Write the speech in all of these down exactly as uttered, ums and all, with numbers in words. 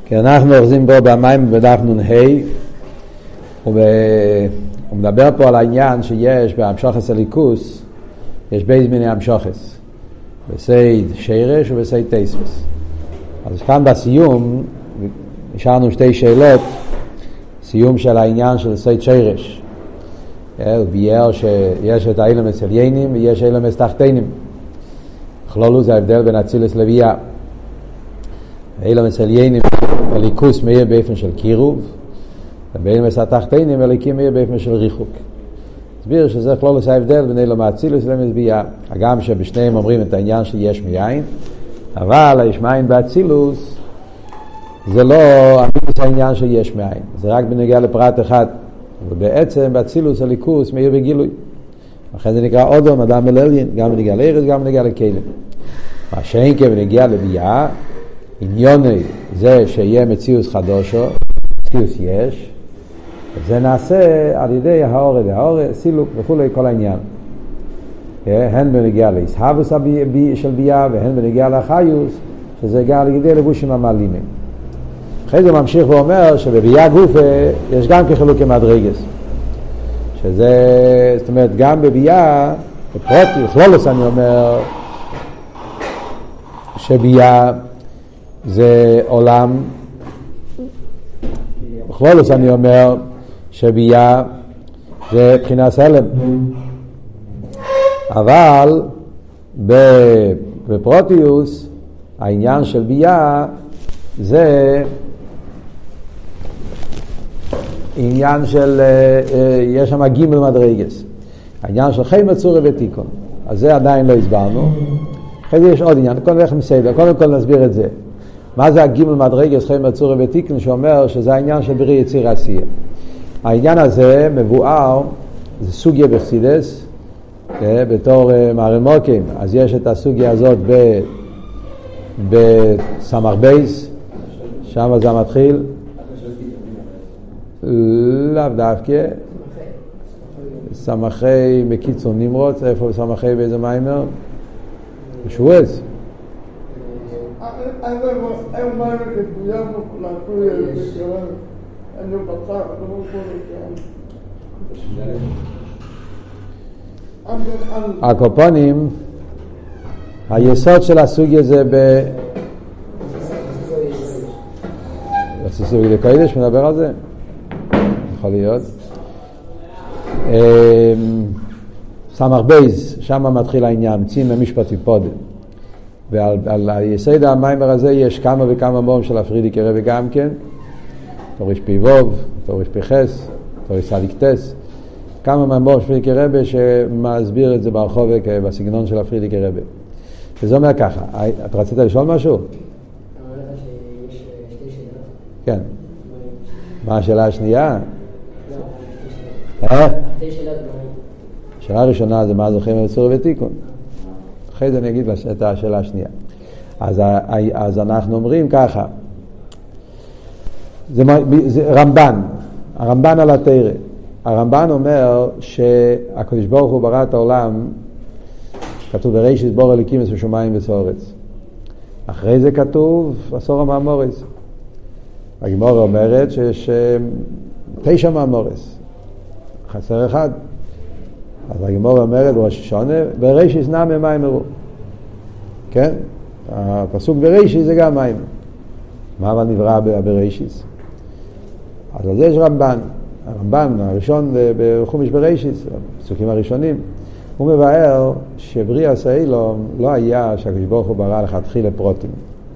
כי אנחנו אוחזים בו במים בדף נ"ה, הוא מדבר פה על העניין שיש בהמשוחס הליכוס, יש בייז מיני המשוחס, בסייד שרש ובסייד תספס. אז כאן בסיום נשארנו שתי שאלות, סיום של העניין של סייד שרש. הוא ביאר שיש את האילמס עליינים ויש אילמס תחתינים. בכלולו זה ההבדל בין אצילס לביאה. אילמס עליינים הליכוס מאיר באופן של קירוב, ובאילמס התחתינים הליקים מאיר באופן של ריחוק. הסביר שזה בכלולו זה ההבדל בין אילמס אצילס לאילמס ביאה. הגם שבשניהם אומרים את העניין שיש מאין, אבל היש מאין באצילוס זה לא אמיתוס העניין שיש מאין, זה רק בנגיע לפרט אחד. ובעצם באצילוס הליכוס מאיר בגילוי. לכן זה נקרא אודום, אדם מלליין, גם בנגיע לארץ, גם בנגיע לכלים. מה שאין כבנגיע לביאה, עניוני זה שיהיה מציאוס חדושו, מציאוס יש, וזה נעשה על ידי האורא והאורא, סילוק וכו' כל העניין. הן בנגיע להסהבוס של ביאה, והן בנגיע לחיוס, שזה גר על ידי לבושים המעלימים. אחרי זה ממשיך ואומר שבביאה גופה יש גם כחילוקי מדרגס. שזה, זאת אומרת, גם בביאה, בפרוטי, בכלולוס אני אומר, שביאה זה עולם, בכלולוס אני אומר, שביאה זה בחינת הלם. אבל בפרוטיוס, העניין של ביאה זה עניין של, יש שם גימל מדרגס, העניין של חיימא צורה ותיקון. אז זה עדיין לא הסברנו. אחרי זה יש עוד עניין, קודם כל מסיידר, קודם כל נסביר את זה. מה זה הגימל מדרגס, חיימא צורה ותיקון, שאומר שזה העניין של ברי יציר עשייה. העניין הזה מבואר, זה סוגיה בחסידס, בתור מערמוקים. אז יש את הסוגיה הזאת ב, בסמ"ך בייס, שם זה מתחיל. לאו דווקא סמכי מקיצון נמרוץ. איפה סמכי באיזה מיימר? בשבועס הקופונים. היסוד של הסוגיה זה ב סוגיה לקיידש, מדבר על זה יכול להיות. סמ"ך בייז, שם מתחיל העניין, צין למשפטי פודם. ועל היסוד המיימר הזה יש כמה וכמה מורים של הפרידיקי רבי גם כן. תוריש פי ווב, תוריש פי חס, תוריש סליקטס. כמה מהמורים של פרידיקי רבי שמסביר את זה ברחוב בסגנון של הפרידיקי רבי. וזה אומר ככה, את רצית לשאול משהו? כן. מה השאלה השנייה? השאלה הראשונה זה מה זה חיימא צורה ותיקון. אחרי זה אני אגיד את השאלה השנייה. אז, אז אנחנו אומרים ככה, זה, זה רמב"ן, הרמב"ן על התורה. הרמב"ן אומר שהקדוש ברוך הוא ברא את העולם, כתוב בראשית ברא אלוקים את השמיים והארץ. אחרי זה כתוב עשור המאמורס. הגמרא אומרת שיש תשע מאמורס, חסר אחד. אז הגמרא אומרת בראש השונה, בראשית נמי מים אירו. כן? הפסוק בראשית זה גם מים. מה אבל נברא בראשית? אז על זה יש רמב"ן. הרמב"ן הראשון בחומש בראשית, הפסוקים הראשונים, הוא מבאר שבריאה סאילום לא היה שהקדוש ברוך הוא ברא לכתחילה פרוטים.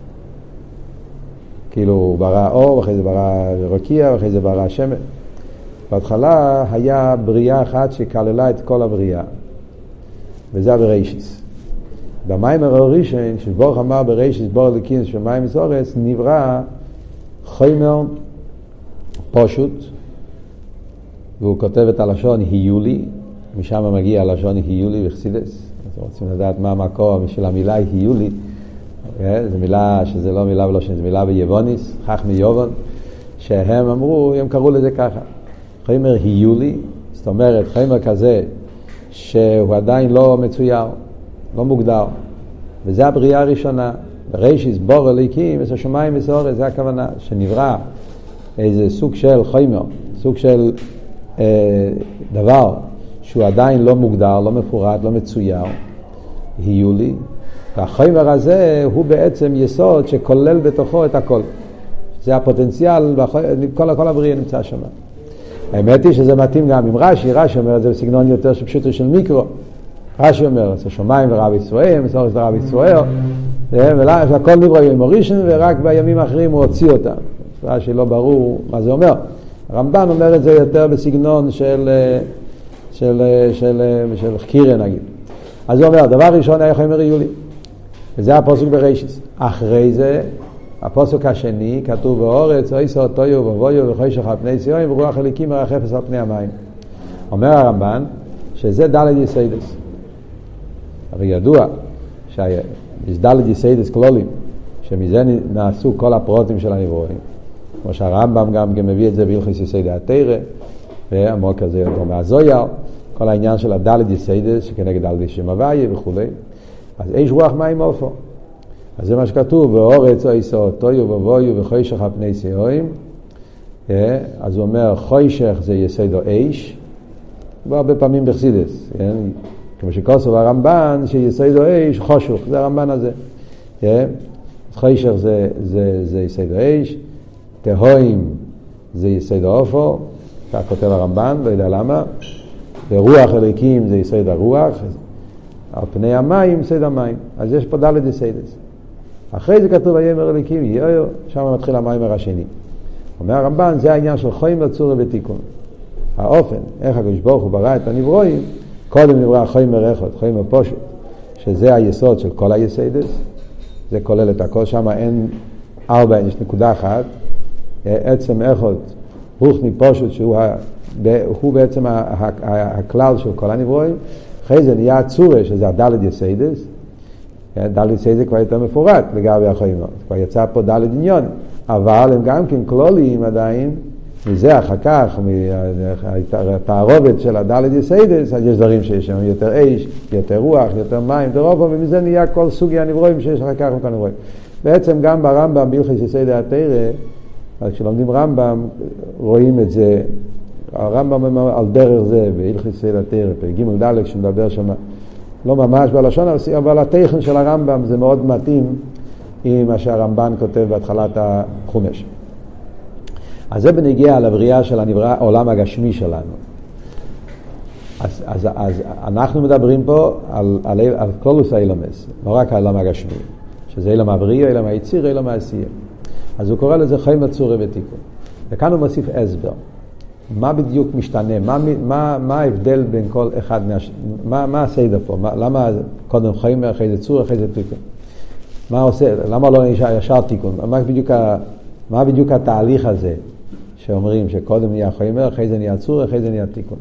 כאילו הוא ברא אור, ואחרי זה ברא רקיע, ואחרי זה ברא שמן. בהתחלה היה בריאה אחת שכללה את כל הבריאה, וזה הבראשיס. במיימר הראשון, כשברוך אמר בראשיס בור אלוקים שמיים וארץ, נברא חומר פשוט, והוא כותב את הלשון היולי, משם מגיע הלשון היולי בחסידס. אז רוצים לדעת מה המקור של המילה היולי. זו מילה שזה לא מילה ולא זו מילה ביבוניס, חכמי יובון, שהם אמרו, הם קראו לזה ככה. חומר היולי, זאת אומרת חומר כזה שהוא עדיין לא מצויר, לא מוגדר. וזה הבריאה הראשונה. בראשיס בור אליקים, את השמיים וסאורץ, זה הכוונה, שנברא איזה סוג של חומר, סוג של אה, דבר שהוא עדיין לא מוגדר, לא מפורט, לא מצויר, יהיו לי, והחומר הזה הוא בעצם יסוד שכולל בתוכו את הכל. זה הפוטנציאל, כל, כל הבריאה נמצא שם. האמת היא שזה מתאים גם עם רש"י, רש"י אומר את זה בסגנון יותר פשוט של מיקרו. רש"י אומר, זה שמיים ורב ישראל, מסורת ורב ישראל, והכל נברא עם הראשון, ורק בימים האחרים הוא הוציא אותם. רש"י לא ברור מה זה אומר. הרמב"ן אומר את זה יותר בסגנון של, של, של, של חקירה נגיד. אז הוא אומר, דבר ראשון היה חומר יולי. וזה הפסוק בראשיס. אחרי זה, הפסוק השני, כתוב באורץ, אויסו תויו ובויו וחושך על פני ציון, ורוח אליקים מרחפת על פני המים. אומר הרמב"ן, שזה דלת יסיידס. הרי ידוע שיש דלת יסיידס כלולים, שמזה נעשו כל הפרוטים של הנברואים. כמו שהרמב"ם גם מביא את זה בהלכות יסיידי התורה, והמוק הזה יותר מהזויר, כל העניין של הדלת יסיידס, שכנגד דלת שם הוויה וכו'. אז יש רוח מים אופו. אז זה מה שכתוב, ואורץ אויסו תויו ובויו וחושך על פני ציון. אז הוא אומר, חושך זה יסיידו אש, והרבה פעמים בחסידס, כמו שכוסו הרמב"ן, שיסיידו אש, חושך, זה הרמב"ן הזה. אז חושך זה, זה, זה יסיידו אש, תהוים זה יסיידו אופו, כך כותב הרמב"ן, לא יודע למה, ורוח אליקים זה יסייד הרוח, על פני המים יסייד המים. אז יש פה דלת יסיידס. אחרי זה כתוב ויאמר אליקים יהיו, שם מתחיל המיימר השני. אומר הרמב"ן, זה העניין של חומר צורה ותיקון. האופן, איך הקדוש ברוך הוא ברא את הנברואים, קודם נברא חומר אחד, חומר פשוט, שזה היסוד של כל היסיידס, זה כולל את הכל, שם אין ארבע, יש נקודה אחת, עצם אחד, רוחני פשוט, שהוא ה, הוא בעצם הכלל של כל הנברואים. אחרי זה נהיה הצורה, שזה הדלת יסיידס, דלת יסיידס כבר יותר מפורט לגבי החומר, כבר יצא פה דלת עניון, אבל הם גם כן כלולים עדיין, מזה אחר כך, מהתערובת של הדלת יסיידס, אז יש דברים שיש שם יותר אש, יותר רוח, יותר מים, יותר אופו, ומזה נהיה כל סוגי הנברואים שיש אחר כך וכל הנברואים. בעצם גם ברמב"ם, בהלכות יסיידי התורה, כשלומדים רמב"ם, רואים את זה, הרמב"ם על דרך זה, בהלכות יסיידי התורה, פרק ג' ד' שמדבר שם, לא ממש בלשון, אבל הטכן של הרמב"ם זה מאוד מתאים עם מה שהרמב"ן כותב בהתחלת החומש. אז זה בנגיע לבריאה של הנברא, העולם הגשמי שלנו. אז, אז, אז אנחנו מדברים פה על, על, על כלולוס האילומס, לא רק העולם הגשמי, שזה אילום הבריאה, אילום היציר, אילום העשייה. אז הוא קורא לזה חומר צורה ותיקון. וכאן הוא מוסיף הסבר. מה בדיוק משתנה? מה, מה, מה ההבדל בין כל אחד מה, מה, מה הסדר פה? מה, למה קודם חומר, אחרי זה צורה, אחרי זה תיקון? מה עושה? למה לא ישר, ישר תיקון? מה בדיוק, ה, מה בדיוק התהליך הזה שאומרים שקודם נהיה חומר, אחרי זה נהיה צורה, אחרי זה נהיה תיקון?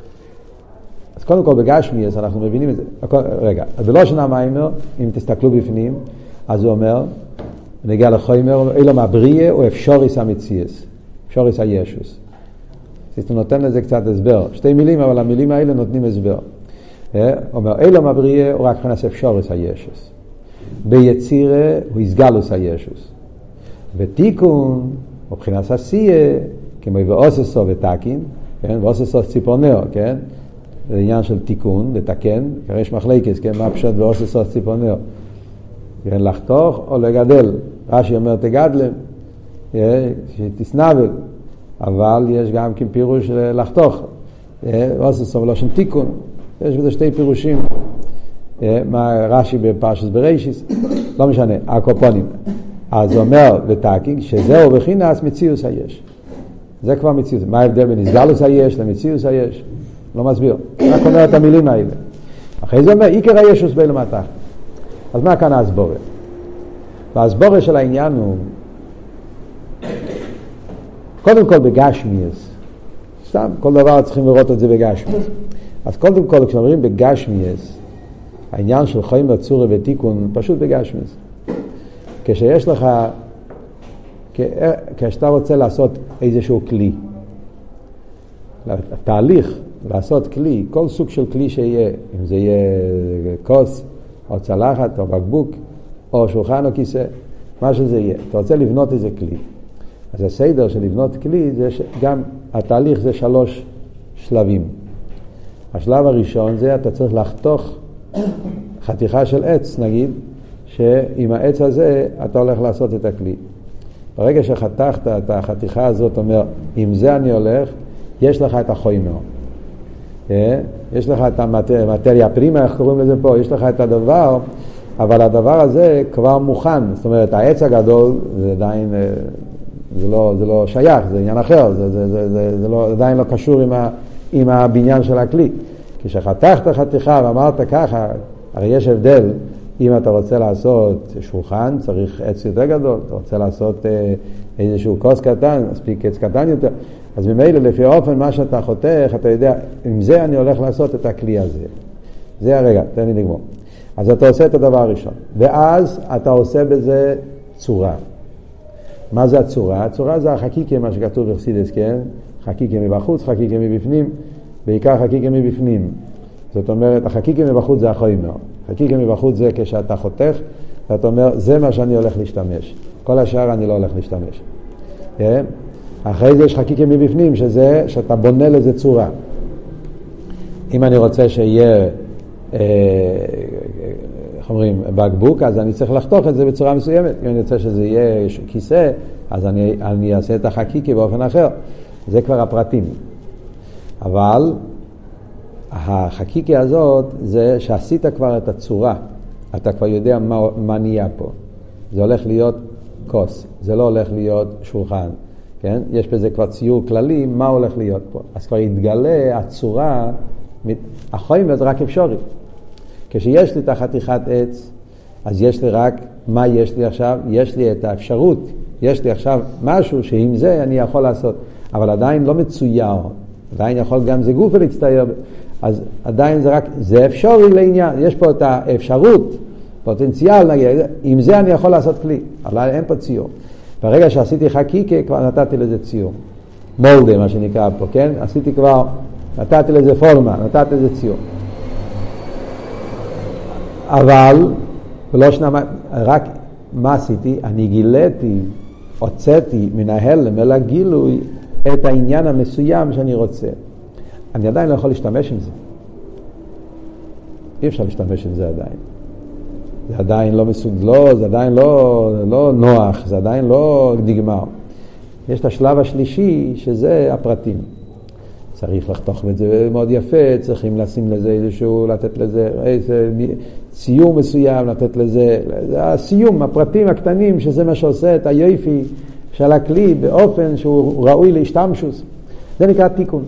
אז קודם כל בגשמי, אז אנחנו מבינים את זה. רגע, בלושן המיימר, אם תסתכלו בפנים, אז הוא אומר, נגיע לחומר, אילום הבריאה או אפשוריס המציאס, אפשוריס הישוס. הוא נותן לזה קצת הסבר. שתי מילים, אבל המילים האלה נותנים הסבר. הוא אומר, אילום הבריאה הוא רק כנס אפשוריס הישוס. ביצירה הוא הסגלוס הישוס. ותיקון, מבחינת עשייה, כמו ואוססו ותקין, כן? ואוססו ציפורנר, כן? זה עניין של תיקון, לתקן, כרי יש מחלקס, כן? מה פשוט ואוססו ציפורנר? כן? לחתוך או לגדל. רש"י אומר תגדלם, שתסנבל, אבל יש גם כן פירוש לחתוך, ואוססו ולא שם תיקון. יש בזה שתי פירושים. מה רש"י בפרשת בראשיס, לא משנה, הקופונים. אז הוא אומר ותקין, שזהו בחינס מציאוס היש. זה כבר מציאוס. מה ההבדל בין הסגלוס היש למציאוס היש? לא מסביר. רק אומר את המילים האלה. אחרי זה אומר, עיקר הישוס באילום התחתון. אז מה כאן ההסבורה? וההסבורה של העניין הוא, קודם כל בגשמיאס, סתם, כל דבר צריכים לראות את זה בגשמיאס. אז קודם כל, כשאומרים בגשמיאס, העניין של חומר צורה ותיקון, פשוט בגשמיאס. כשיש לך, כשאתה רוצה לעשות איזשהו כלי, התהליך לעשות כלי, כל סוג של כלי שיהיה, אם זה יהיה כוס או צלחת או בקבוק, או שולחן או כיסא, מה שזה יהיה. אתה רוצה לבנות איזה כלי. אז הסדר של לבנות כלי, זה גם התהליך זה שלוש שלבים. השלב הראשון זה אתה צריך לחתוך חתיכה של עץ, נגיד, שעם העץ הזה אתה הולך לעשות את הכלי. ברגע שחתכת את החתיכה הזאת, אומר, עם זה אני הולך, יש לך את החומר. יש לך את המטריה פרימה, איך קוראים לזה פה, יש לך את הדבר, אבל הדבר הזה כבר מוכן. זאת אומרת, העץ הגדול, זה עדיין, זה לא, זה לא שייך, זה עניין אחר, זה, זה, זה, זה, זה לא, עדיין לא קשור עם, ה, עם הבניין של הכלי. כשחתכת חתיכה ואמרת ככה, הרי יש הבדל, אם אתה רוצה לעשות שולחן, צריך עץ יותר גדול, אתה רוצה לעשות אה, איזשהו כוס קטן, מספיק עץ קטן יותר, אז ממילא לפי אופן מה שאתה חותך, אתה יודע, עם זה אני הולך לעשות את הכלי הזה. זה הרגע, תן לי לגמור. אז אתה עושה את הדבר הראשון, ואז אתה עושה בזה צורה. מה זה הצורה? הצורה זה החקיקה, מה שכתוב בחסידות, כן? חקיקה מבחוץ, חקיקה מבפנים, בעיקר חקיקה מבפנים. זאת אומרת, החקיקה מבחוץ זה החומר. חקיקה מבחוץ זה כשאתה חותך, ואתה אומר, זה מה שאני הולך להשתמש. כל השאר אני לא הולך להשתמש. כן? אחרי זה יש חקיקה מבפנים, שזה שאתה בונה לזה צורה. אם אני רוצה שיהיה, איך אומרים, בקבוק, אז אני צריך לחתוך את זה בצורה מסוימת. אם אני רוצה שזה יהיה כיסא, אז אני, אני אעשה את החקיקה באופן אחר. זה כבר הפרטים. אבל החקיקה הזאת זה שעשית כבר את הצורה. אתה כבר יודע מה, מה נהיה פה. זה הולך להיות כוס. זה לא הולך להיות שולחן. כן? יש בזה כבר ציור כללי, מה הולך להיות פה. אז כבר יתגלה הצורה, החומר זה רק אפשרי. כשיש לי את החתיכת עץ, אז יש לי רק, מה יש לי עכשיו? יש לי את האפשרות. יש לי עכשיו משהו שעם זה אני יכול לעשות. אבל עדיין לא מצויר. עדיין יכול גם זה גוף להצטייר. אז עדיין זה רק, זה אפשרי לעניין. יש פה את האפשרות, פוטנציאל, נגיד, עם זה אני יכול לעשות כלי. אבל אין פה ציור. ברגע שעשיתי חקיקה, כבר נתתי לזה ציור. מולדה, מה שנקרא פה, כן? עשיתי כבר, נתתי לזה פורמה, נתתי לזה ציור. אבל, ולא שנה, רק מה עשיתי? אני גיליתי, הוצאתי מן ההלם אל הגילוי את העניין המסוים שאני רוצה. אני עדיין לא יכול להשתמש עם זה. אי אפשר להשתמש עם זה עדיין. זה עדיין לא מסוג, לא, זה עדיין לא, לא נוח, זה עדיין לא נגמר. יש את השלב השלישי, שזה הפרטים. צריך לחתוך את זה מאוד יפה, צריכים לשים לזה איזשהו, לתת לזה איזה ציור מסוים, לתת לזה, זה הסיום, הפרטים הקטנים, שזה מה שעושה את היופי של הכלי באופן שהוא ראוי להשתמשוס. זה נקרא תיקון.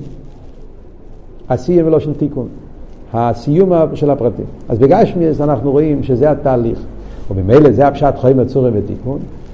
הסיום ולא של תיקון. הסיום של הפרטים. אז בגשמיאס אנחנו רואים שזה התהליך. ובמילא זה הפשט חומר צורה ותיקון.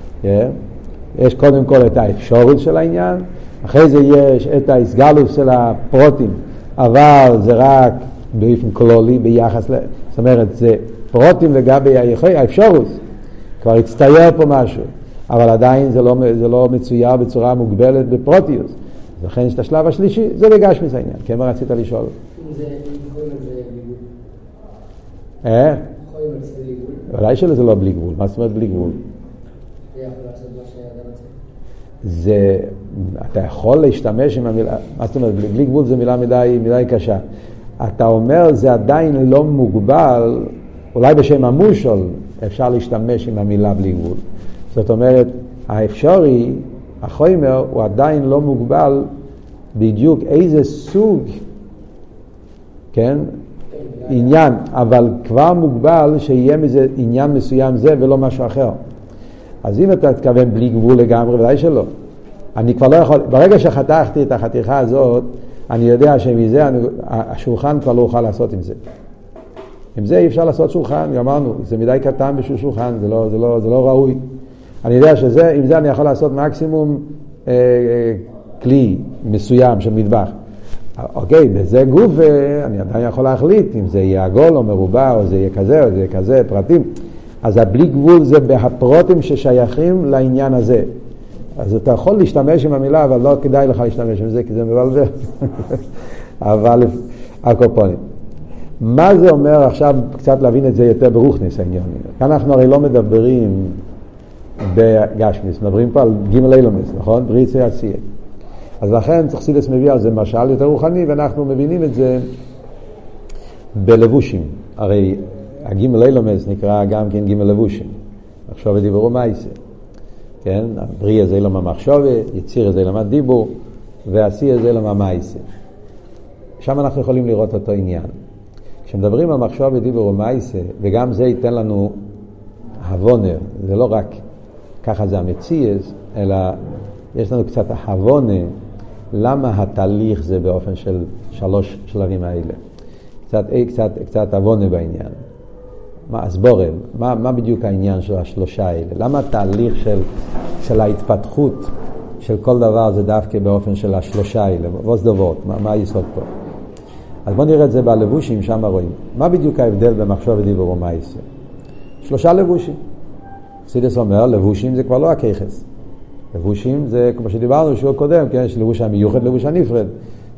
יש קודם כל את האפשרות של העניין, אחרי זה יש את ההסגלות של הפרוטים, אבל זה רק באופן כללי ביחס, זאת אומרת זה פרוטים לגבי האפשרות, כבר הצטייר פה משהו, אבל עדיין זה לא, זה לא מצויר בצורה מוגבלת בפרוטיוס. לכן יש את השלב השלישי, זה בגשמיאס העניין. כן, מה רצית לשאול? זה חומר זה בלי גבול. אה? חומר זה בלי גבול. אולי שלזה לא בלי גבול. מה זאת אומרת בלי גבול? זה יכול לעשות מה שהאדם רוצה. זה, אתה יכול להשתמש עם המילה, מה זאת אומרת, בלי, בלי גבול זה מילה מדי, מדי קשה. אתה אומר, זה עדיין לא מוגבל, אולי בשם המושל אפשר להשתמש עם המילה בלי גבול. זאת אומרת, האפשרי, החומר, הוא עדיין לא מוגבל בדיוק איזה סוג, כן? עניין, אבל כבר מוגבל שיהיה מזה עניין מסוים זה ולא משהו אחר. אז אם אתה תכוון בלי גבול לגמרי, ודאי שלא. אני כבר לא יכול, ברגע שחתכתי את החתיכה הזאת, אני יודע שמזה אני, השולחן כבר לא אוכל לעשות עם זה. עם זה אי אפשר לעשות שולחן, אמרנו, זה מדי קטן בשביל שולחן, זה לא, זה לא, זה לא ראוי. אני יודע שזה, עם זה אני יכול לעשות מקסימום אה, אה, כלי מסוים של מטבח. אוקיי, בזה גוף אני עדיין יכול להחליט אם זה יהיה עגול או מרובע או זה יהיה כזה או זה יהיה כזה, פרטים. אז הבלי גבול זה בהפרוטים ששייכים לעניין הזה. אז אתה יכול להשתמש עם המילה, אבל לא כדאי לך להשתמש עם זה, כי זה מבלבל. אבל הקופונים. מה זה אומר עכשיו קצת להבין את זה יותר ברוחניס העניין? כאן אנחנו הרי לא מדברים בגשמיס, מדברים פה על גימל אילומס, נכון? ברית זה עשייה. אז לכן חסידות מביא על זה משל יותר רוחני, ואנחנו מבינים את זה בלבושים. הרי הגימל אילומס נקרא גם כן גימל לבושים. מחשבה דיברו מייסה. כן? בריא זה אילום המחשבה, יציר זה אילום הדיבור, ועשייה זה אילום המייסה. שם אנחנו יכולים לראות אותו עניין. כשמדברים על מחשבה ודיבור ומייסה, וגם זה ייתן לנו הבונר, זה לא רק ככה זה המציאס, אלא יש לנו קצת הבונה, למה התהליך זה באופן של שלוש שלבים האלה. קצת, קצת, קצת הבונה בעניין. מה, אז בורם, מה, מה בדיוק העניין של השלושה האלה? למה התהליך של, של ההתפתחות של כל דבר זה דווקא באופן של השלושה האלה? ועוד דוברות, מה, מה היסוד פה? אז בואו נראה את זה בלבושים, שם רואים. מה בדיוק ההבדל במחשבה ודיבור ומייסה? שלושה לבושים. חסידות אומר, לבושים זה כבר לא הכיחס. לבושים זה, כמו שדיברנו שיעור קודם, כן? שלבוש המיוחד, לבוש הנפרד.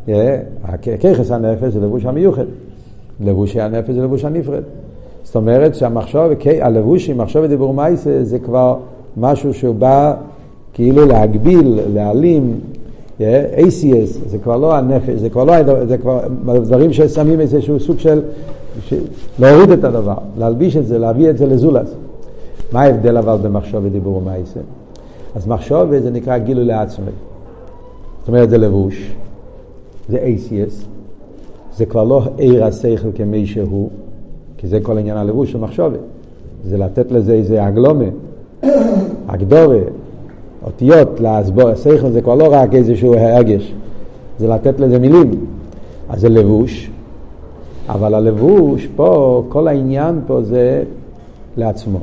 הכיחס הנפש זה לבוש המיוחד. לבוש הנפש זה לבוש הנפרד. זאת אומרת שהמחשבה, הלבושים, מחשבה ודיבור ומייסה, זה כבר משהו שהוא בא כאילו להגביל, להעלים, איי סי אס, זה כבר לא הנפש, זה כבר לא, זה כבר דברים ששמים איזשהו סוג של, להוריד את הדבר, להלביש את זה, להביא את זה לזולס. מה ההבדל אבל במחשבה ודיבור ומייסה? אז מחשבה זה נקרא גילוי לעצמי. זאת אומרת זה לבוש, זה איי סי אס, זה כבר לא עיר השכל כמי שהוא, כי זה כל עניין הלבוש של מחשבה. זה לתת לזה איזה הגלומה, הגדורה, אותיות להסבור, השכל זה כבר לא רק איזשהו הרגש, זה לתת לזה מילים. אז זה לבוש, אבל הלבוש פה, כל העניין פה זה לעצמו.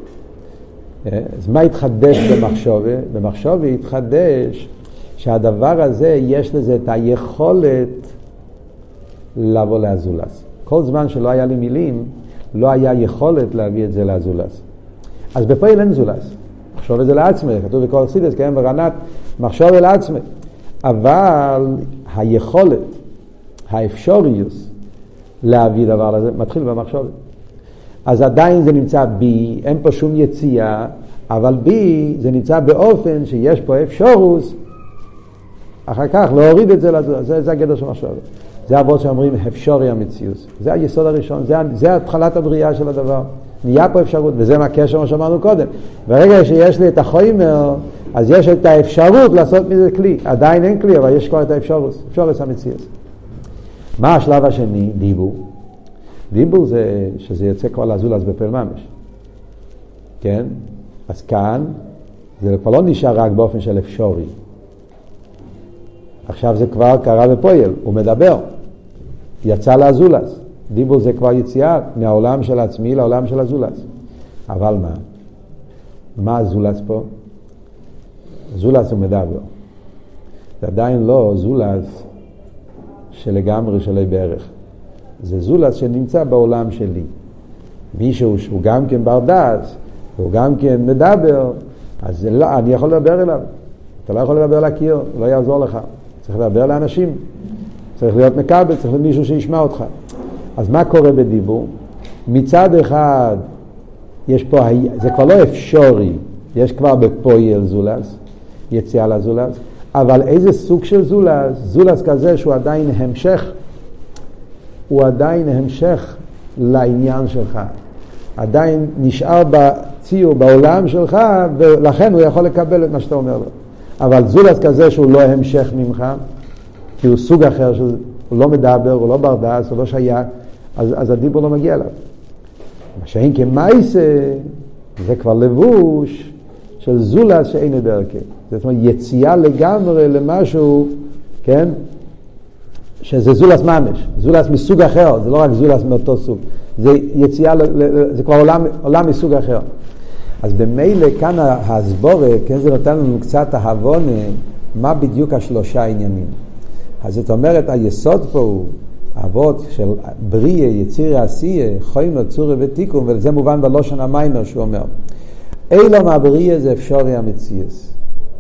אז מה התחדש במחשבה? במחשבה התחדש שהדבר הזה יש לזה את היכולת לבוא להזולס. כל זמן שלא היה לי מילים, לא היה יכולת להביא את זה להזולס. אז בפועל אין זולס. מחשבה זה לעצמי, כתוב בכל חסידות, כן, ברנת, מחשבה לעצמי. אבל היכולת, האפשריוס להביא דבר הזה, מתחיל במחשבה. אז עדיין זה נמצא בי, אין פה שום יציאה, אבל בי זה נמצא באופן שיש פה אפשרוס, אחר כך להוריד את זה לזה, זה, זה הגדר של מחשבה. זה העבוד שאומרים אפשרי המציאוס. זה היסוד הראשון, זה, זה התחלת הבריאה של הדבר. נהיה פה אפשרות, וזה מה הקשר מה שאמרנו קודם. ברגע שיש לי את החומר, אז יש את האפשרות לעשות מזה כלי. עדיין אין כלי, אבל יש כבר את האפשרות. אפשרות המציאוס. מה השלב השני? דיבור. דיבור זה שזה יוצא כבר לזולס בפעל ממש. כן? אז כאן, זה כבר לא נשאר רק באופן של אפשרי. עכשיו זה כבר קרה בפועל, הוא מדבר. יצא לזולס. דיבור זה כבר יציאה מהעולם של עצמי לעולם של הזולס. אבל מה? מה הזולס פה? זולס הוא מדבר. זה עדיין לא זולס שלגמרי שלי בערך. זה זולס שנמצא בעולם שלי. מישהו שהוא גם כן בר דעת, הוא גם כן מדבר, אז לא, אני יכול לדבר אליו. אתה לא יכול לדבר לקיר, לא יעזור לך. צריך לדבר לאנשים. צריך להיות מקבל, צריך להיות מישהו שישמע אותך. אז מה קורה בדיבור? מצד אחד, יש פה, זה כבר לא אפשרי, יש כבר בפועל זולס, יציאה לזולס, אבל איזה סוג של זולס? זולס כזה שהוא עדיין המשך, הוא עדיין המשך לעניין שלך. עדיין נשאר בציור, בעולם שלך, ולכן הוא יכול לקבל את מה שאתה אומר לו. אבל זולס כזה שהוא לא המשך ממך, כי הוא סוג אחר, שהוא לא מדבר, הוא לא ברדס, הוא לא שייך, אז, אז הדיבור לא מגיע אליו. מה שאין כמייסה, זה כבר לבוש של זולס שאין דרכי. זאת אומרת, יציאה לגמרי למשהו, כן? שזה זולס ממש, זולס מסוג אחר, זה לא רק זולס מאותו סוג. זה יציאה, זה כבר עולם, עולם מסוג אחר. אז במילא כאן ההסבורה, כן, זה נותן לנו קצת ההבונה, מה בדיוק השלושה עניינים. אז זאת אומרת, היסוד פה הוא אבות של בריאה, יציר, עשייה, חומר, צורה ותיקון, וזה מובן בלושן המיימר שהוא אומר. אילו מהבריאה זה אפשרי המציאס.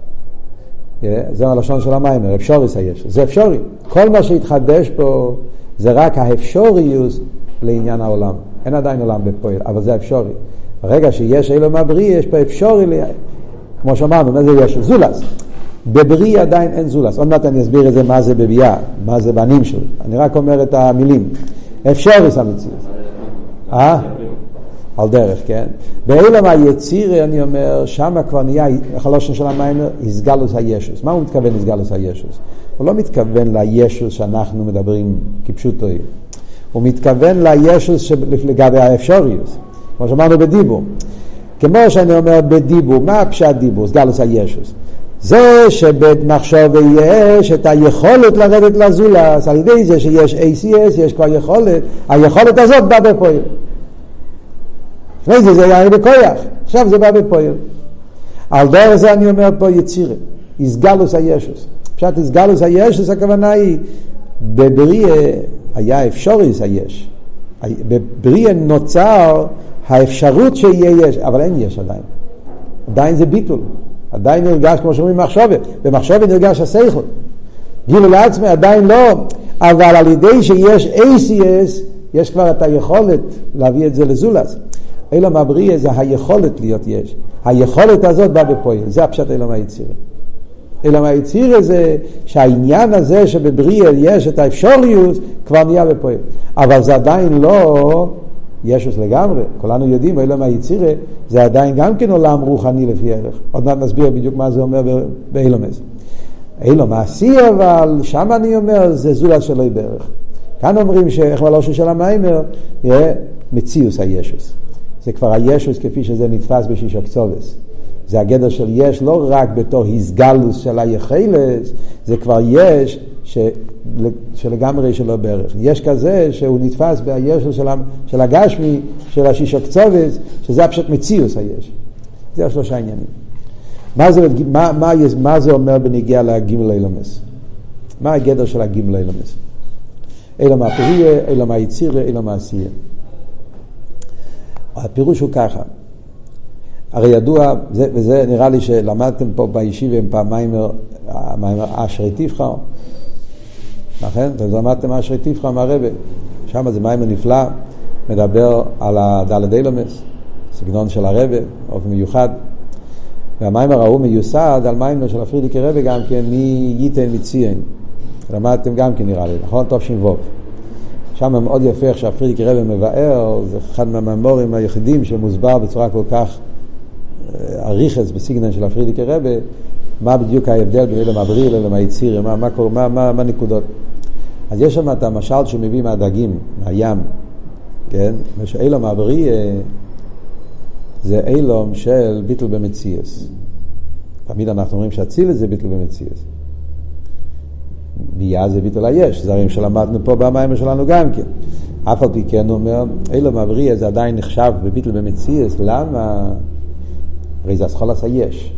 זה הלשון של המיימר, אפשרי סייש. זה אפשרי. כל מה שהתחדש פה, זה רק האפשוריות לעניין העולם. אין עדיין עולם בפועל, אבל זה אפשרי. ברגע שיש אילום הבריא, יש פה אפשרי, כמו שאמרנו, מה זה יש? זולס. בבריא עדיין אין זולס. עוד מעט אני אסביר את זה, מה זה בביאה, מה זה בנים שלו. אני רק אומר את המילים. אפשרי סמציאות. אה? על דרך, כן? באילום היציר, אני אומר, שם כבר נהיה, החלושן של המים, הסגלוס הישוס. מה הוא מתכוון הסגלוס הישוס? הוא לא מתכוון לישוס שאנחנו מדברים כפשוטוי. הוא מתכוון לישוס לגבי האפשוריות. כמו שאמרנו בדיבור. כמו שאני אומר בדיבור, מה הפשט דיבור? הסגלוס הישוס. זה שבמחשב יש את היכולת לרדת לזולס, על ידי זה שיש איי סי אס, יש כבר יכולת, היכולת הזאת באה בפועל. לפני זה זה היה בכוח, עכשיו זה בא בפועל. על דרך זה אני אומר פה יצירה, הסגלוס הישוס. פשט הסגלוס הישוס, הכוונה היא, בבריאה היה אפשרוס היש. בבריאה נוצר האפשרות שיהיה יש, אבל אין יש עדיין. עדיין זה ביטול. עדיין נרגש, כמו שאומרים, מחשבת. במחשבת נרגש השכל. גילו לעצמי עדיין לא, אבל על ידי שיש איי סי אס, יש כבר את היכולת להביא את זה לזולס. אילום הבריא זה היכולת להיות יש. היכולת הזאת באה בפועל. זה הפשט אילום היצירה. אילום היצירה זה שהעניין הזה שבבריא יש את האפשוריות, כבר נהיה בפועל. אבל זה עדיין לא ישוס לגמרי. כולנו יודעים, אילום היצירה זה עדיין גם כן עולם רוחני לפי ערך. עוד מעט נסביר בדיוק מה זה אומר באילום הזה. אילום מעשי, אבל שם אני אומר, זה זולס שלא בערך. כאן אומרים שאיך מלושן של המיימר, יהיה מציאוס הישוס. זה כבר הישוס כפי שזה נתפס בשישה קצובס. זה הגדר של יש לא רק בתור הסגלוס של היחלס, זה כבר יש ש... שלגמרי שלו בערך. יש כזה שהוא נתפס בישוס של, של הגשמי, של השישה קצובס, שזה הפשט מציאוס היש. זה השלושה עניינים. מה זה, מה, מה, מה זה אומר בנגיע לגימל אילומס? מה הגדר של הגימל אילומס? אילום הפריאה, אילום היצירה, אילום העשייה. הפירוש הוא ככה. הרי ידוע, זה, וזה נראה לי שלמדתם פה בישיבה עם פעמיים אשרי תבחר. נכון? אתם למדתם אשרי תבחר מהרבא. שם זה מים נפלא, מדבר על הדלת אילומס, סגנון של הרבא, אופן מיוחד. והמים הראו מיוסד על מים של הפרידיקי רבא גם כן, מי ייתן מציין. למדתם גם כן נראה לי, נכון? טוב שינבוב. שם מאוד יפה איך שהפרידיקי רבא מבאר, זה אחד מהממורים היחידים שמוסבר בצורה כל כך עריכס בסגנון של הפרידיקי רבא, מה בדיוק ההבדל בין אילום הבריא לאילום היציר, מה, מה, מה, מה, מה נקודות. אז יש שם את המשל שמביא מהדגים, מהים, כן? ושאילום הבריא זה אילום של ביטל במציאס. תמיד אנחנו אומרים שהציל זה ביטל במציאס. ביאה זה ביטל היש, זה הרי שלמדנו פה במים שלנו גם כן. אף על פי כן אומר, אילום הבריא זה עדיין נחשב בביטל במציאס, למה? הרי זה הסחולס היש.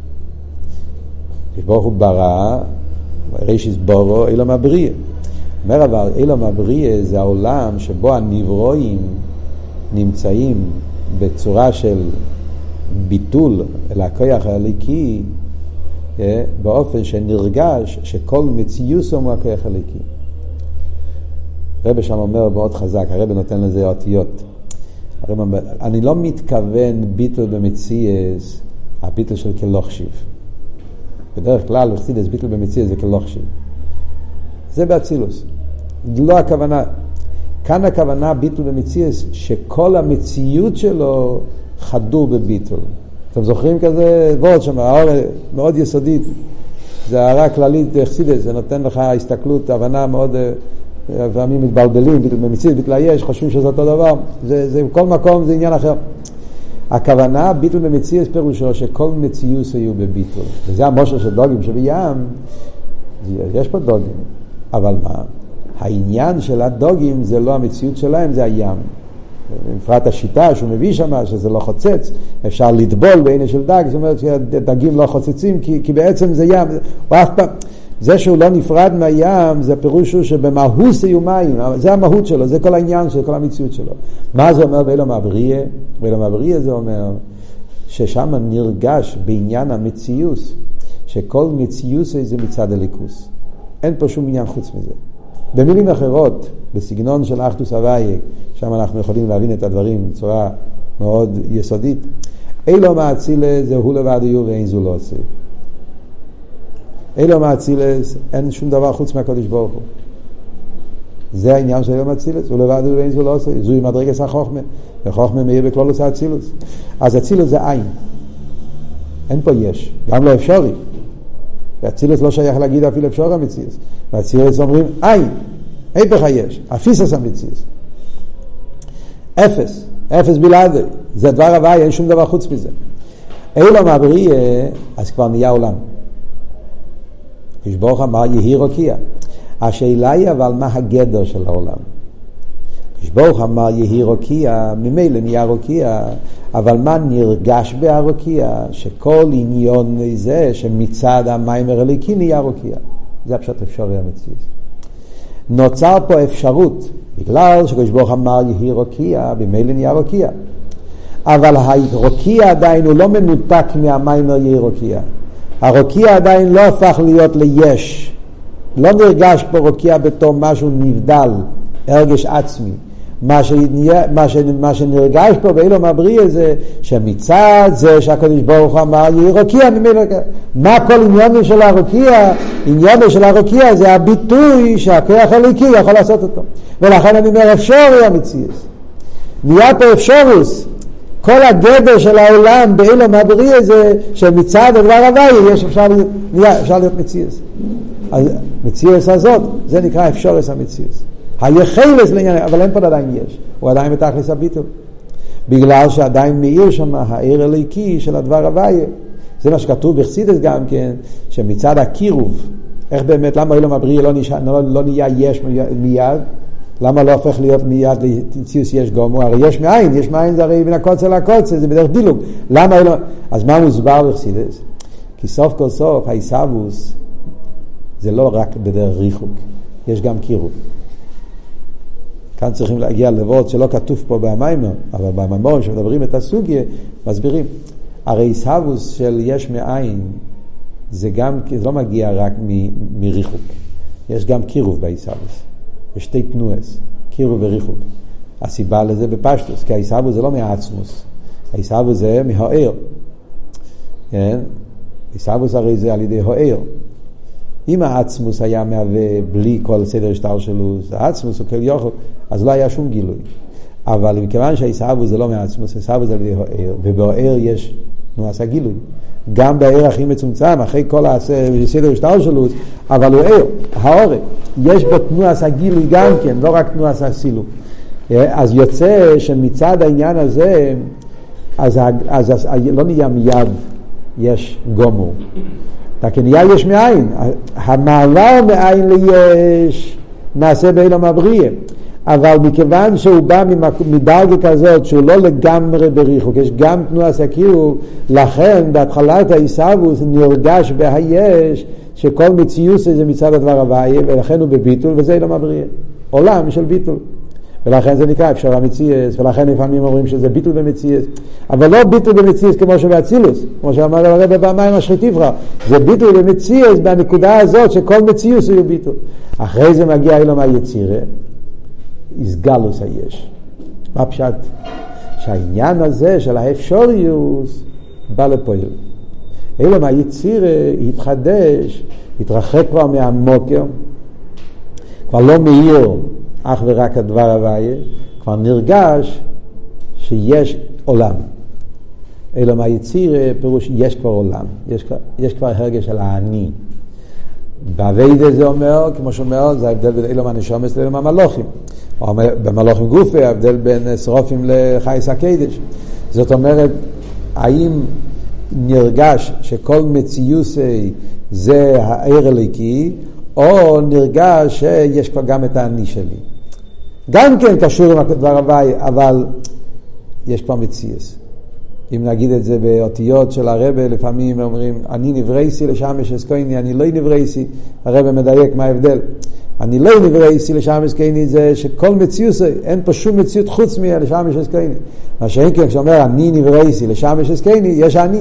ברוך הוא ברא, רישיס בורו, אילום הבריא. אומר אבל, אילום הבריא זה העולם שבו הנברואים נמצאים בצורה של ביטול אל הכוח האליקי, באופן שנרגש שכל מציוסו הוא הכוח האליקי. הרב שם אומר מאוד חזק, הרב נותן לזה אותיות. הרב אומר, אני לא מתכוון ביטול במציאס, הביטול של כלוכשיב. בדרך כלל, לחסידס ביטול במציאס זה כלוכשיב. זה באצילוס. לא הכוונה. כאן הכוונה ביטול במציאס, שכל המציאות שלו חדור בביטול. אתם זוכרים כזה וורד שם, האור מאוד יסודית. זה הערה כללית חסידס, זה נותן לך הסתכלות, הבנה מאוד, לפעמים מתבלבלים, ביטול במציאס, ביטול היש, חושבים שזה אותו דבר. זה, זה, כל מקום זה עניין אחר. הכוונה, ביטול במציאס פירושו שכל מציאות יהיו בביטול. וזה המושר של דוגים שבים, יש פה דוגים. אבל מה? העניין של הדוגים זה לא המציאות שלהם, זה הים. בפרט השיטה שהוא מביא שם, שזה לא חוצץ, אפשר לטבול בעיני של דג, זאת אומרת שדגים לא חוצצים, כי, כי בעצם זה ים. הוא אף פעם, זה שהוא לא נפרד מהים, זה פירוש הוא שבמהות יהיו מים, זה המהות שלו, זה כל העניין של כל המציאות שלו. מה זה אומר באילום הבריא? באילום הבריא זה אומר ששם נרגש בעניין המציאות, שכל מציאות זה מצד הליכוס. אין פה שום עניין חוץ מזה. במילים אחרות, בסגנון של אחדוס הוויה, שם אנחנו יכולים להבין את הדברים בצורה מאוד יסודית. אילו מאצילס זה הוא לבד יהיו ואין זו לא עושה. אילו מאצילס אין שום דבר חוץ מהקדוש ברוך הוא. זה העניין של אילו מאצילס, הוא לבד יהיו ואין זו לא עושה. זוהי מדרגת החוכמה, וחוכמה מאיר בכלולוס האצילוס. אז אצילוס זה עין. אין פה יש, גם לא אפשרי. ואצילוס לא שייך להגיד אפילו אפשר המציאות. ואצילוס אומרים עין, היפך היש, אפיסס המציאות. אפס, אפס בלעדי. זה דבר הוואי, אין שום דבר חוץ מזה. אילו מהבריא, אז כבר נהיה עולם. כשברוך אמר יהי רוקיע. השאלה היא אבל מה הגדר של העולם. כשברוך אמר יהי רוקיע, ממילא נהיה רוקיע, אבל מה נרגש בהרוקיע? שכל עניון זה שמצד המים הרליקי נהיה רוקיע. זה הפשט אפשרי המציאות. נוצר פה אפשרות, בגלל שכשברוך אמר יהי רוקיע, ממילא נהיה רוקיע. אבל הרוקיע עדיין הוא לא מנותק מהמים יהי רוקיע. הרוקיע עדיין לא הפך להיות ליש. לא נרגש פה רוקיע בתור משהו נבדל, הרגש עצמי. מה, שנהיה, מה, ש, מה שנרגש פה באילו מבריא זה שמצד זה שהקדוש ברוך אמר יהי רוקיע ממילא. מה כל עניין של הרוקיע? עניין של הרוקיע זה הביטוי שהכוח הליקי יכול לעשות אותו. ולכן אני אומר אפשרי המציאות. נהיה פה אפשרוס. כל הגדר של העולם באילו מבריא זה שמצד הדבר הוואי יש אפשר להיות, נהיה, אפשר להיות מציאות. אז מציאות הזאת זה נקרא אפשרוס המציאות. היחלס לעניין, אבל אין פה עדיין יש, הוא עדיין בתכלס הביטול, בגלל שעדיין מאיר שם העיר הליקי של הדבר הוויה. זה מה שכתוב בחסידות גם כן, שמצד הקירוב, איך באמת, למה אילו מבריא לא, לא, לא נהיה יש מיד, למה לא הופך להיות מיד לציוס יש גומו, הרי יש מאין, יש מאין זה הרי בין הקוצה לקוצה, זה בדרך דילוג, למה אילו, אז מה מוסבר בחסידות? כי סוף כל סוף, הישאבוס, זה לא רק בדרך ריחוק, יש גם קירוב. כאן צריכים להגיע לבוד שלא כתוב פה במיימר, אבל במאמרים שמדברים את הסוגיה, מסבירים. הרי הישאבוס של יש מאין, זה גם, זה לא מגיע רק מ, מריחוק. יש גם קירוב בהישאבוס. יש שתי תנועס, קירוב וריחוק. הסיבה לזה בפשטוס, כי הישאבוס זה לא מהעצמוס. הישאבוס זה מהאיר. כן? הישאבוס הרי זה על ידי האיר. אם העצמוס היה מהווה בלי כל סדר שטר שלו, העצמוס הוא כל יוכל, אז לא היה שום גילוי. אבל מכיוון שהישאבוס זה לא מהעצמוס, הישאבוס זה על ידי העיר, ובעיר יש תנועת הגילוי. גם בעיר הכי מצומצם, אחרי כל הסדר שטר שלו, אבל הוא עיר, האור. יש בו תנועת הגילוי גם כן, לא רק תנועת הסילוק. אז יוצא שמצד העניין הזה, אז, אז, אז, אז לא נהיה מיד יש גומור. כי נהיה יש מאין. המעבר מאין ליש נעשה באילו מבריא. אבל מכיוון שהוא בא מדרגה כזאת שהוא לא לגמרי בריחוק, יש גם תנועת הקירוב, לכן בהתחלת הישאבוס נרגש בהיש שכל מציאות זה מצד הדבר הוויה, ולכן הוא בביטול, וזה אילו מבריא. עולם של ביטול. ולכן זה נקרא אפשר המציאות, ולכן לפעמים אומרים שזה ביטול במציאות, אבל לא ביטול במציאות כמו שבאצילוס, כמו שאמר הרב במים השחיתיפרא, זה ביטול במציאות בנקודה הזאת שכל מציאות הוא ביטול. אחרי זה מגיע אילו מהיצירה, הסגלוס היש. מה פשט? שהעניין הזה של האפשריוס בא לפועל. אילו מהיצירה התחדש, התרחק כבר מהמוקר, כבר לא מאיר אך ורק הדבר הוויה, כבר נרגש שיש עולם. אלא מהיציר פירוש יש כבר עולם, יש, יש כבר הרגש של העני. בעבודה זה אומר, כמו שאומר, זה ההבדל בין אילו מהנשומס לאילו מהמלוכים. או במלוכים גופי, ההבדל בין שרופים לחייס הקדש. זאת אומרת, האם נרגש שכל מציוסי זה העיר הליקי, או נרגש שיש כבר גם את העני שלי. גם כן קשור עם הדבר הוואי, אבל יש כבר מציאס. אם נגיד את זה באותיות של הרבא, לפעמים אומרים, אני נברייסי לשמש אסקויני, אני לא נברייסי, הרבא מדייק מה ההבדל. אני לא נברייסי לשמש אסקויני, זה שכל מציאוס, אין פה שום מציאות חוץ מלשמש אסקויני. מה שאין כן, כשאומר, אני נברייסי לשמש אסקויני, יש אני.